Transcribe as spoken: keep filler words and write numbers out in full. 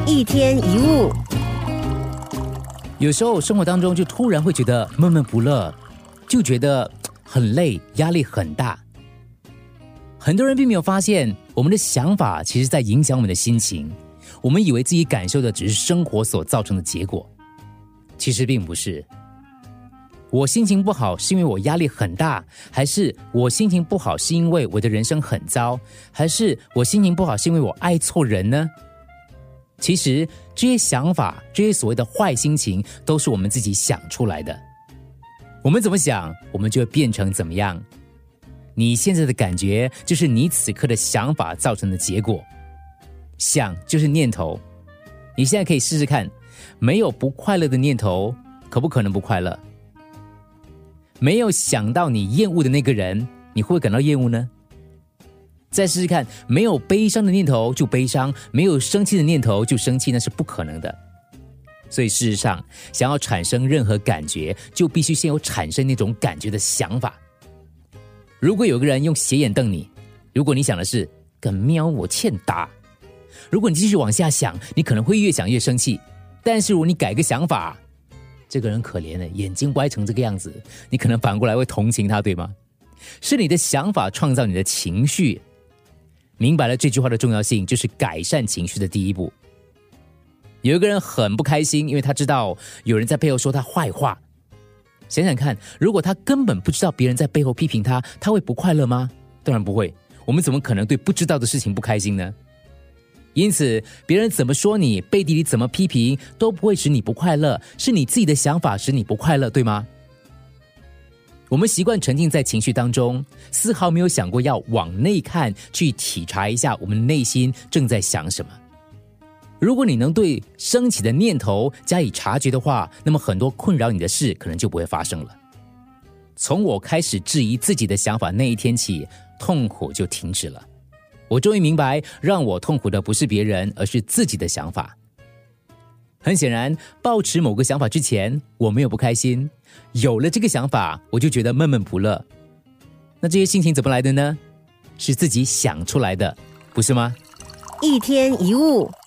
一天一物。 有时候生活当中就突然会觉得闷闷不乐，就觉得很累，压力很大。很多人并没有发现，我们的想法其实在影响我们的心情。我们以为自己感受的只是生活所造成的结果，其实并不是。我心情不好是因为我压力很大，还是我心情不好是因为我的人生很糟，还是我心情不好是因为我爱错人呢？其实这些想法，这些所谓的坏心情，都是我们自己想出来的。我们怎么想，我们就会变成怎么样。你现在的感觉，就是你此刻的想法造成的结果。想就是念头，你现在可以试试看，没有不快乐的念头，可不可能不快乐？没有想到你厌恶的那个人，你会不会感到厌恶呢？再试试看，没有悲伤的念头就悲伤，没有生气的念头就生气，那是不可能的。所以事实上，想要产生任何感觉，就必须先有产生那种感觉的想法。如果有个人用斜眼瞪你，如果你想的是干喵我欠打，如果你继续往下想，你可能会越想越生气。但是如果你改个想法，这个人可怜了，眼睛歪成这个样子，你可能反过来会同情他，对吗？是你的想法创造你的情绪。明白了这句话的重要性，就是改善情绪的第一步。有一个人很不开心，因为他知道有人在背后说他坏话。想想看，如果他根本不知道别人在背后批评他，他会不快乐吗？当然不会。我们怎么可能对不知道的事情不开心呢？因此，别人怎么说你，背地里怎么批评，都不会使你不快乐，是你自己的想法使你不快乐，对吗？我们习惯沉浸在情绪当中，丝毫没有想过要往内看，去体察一下我们内心正在想什么。如果你能对升起的念头加以察觉的话，那么很多困扰你的事可能就不会发生了。从我开始质疑自己的想法那一天起，痛苦就停止了。我终于明白，让我痛苦的不是别人，而是自己的想法。很显然，抱持某个想法之前，我没有不开心。有了这个想法，我就觉得闷闷不乐。那这些心情怎么来的呢？是自己想出来的，不是吗？ 一天一物。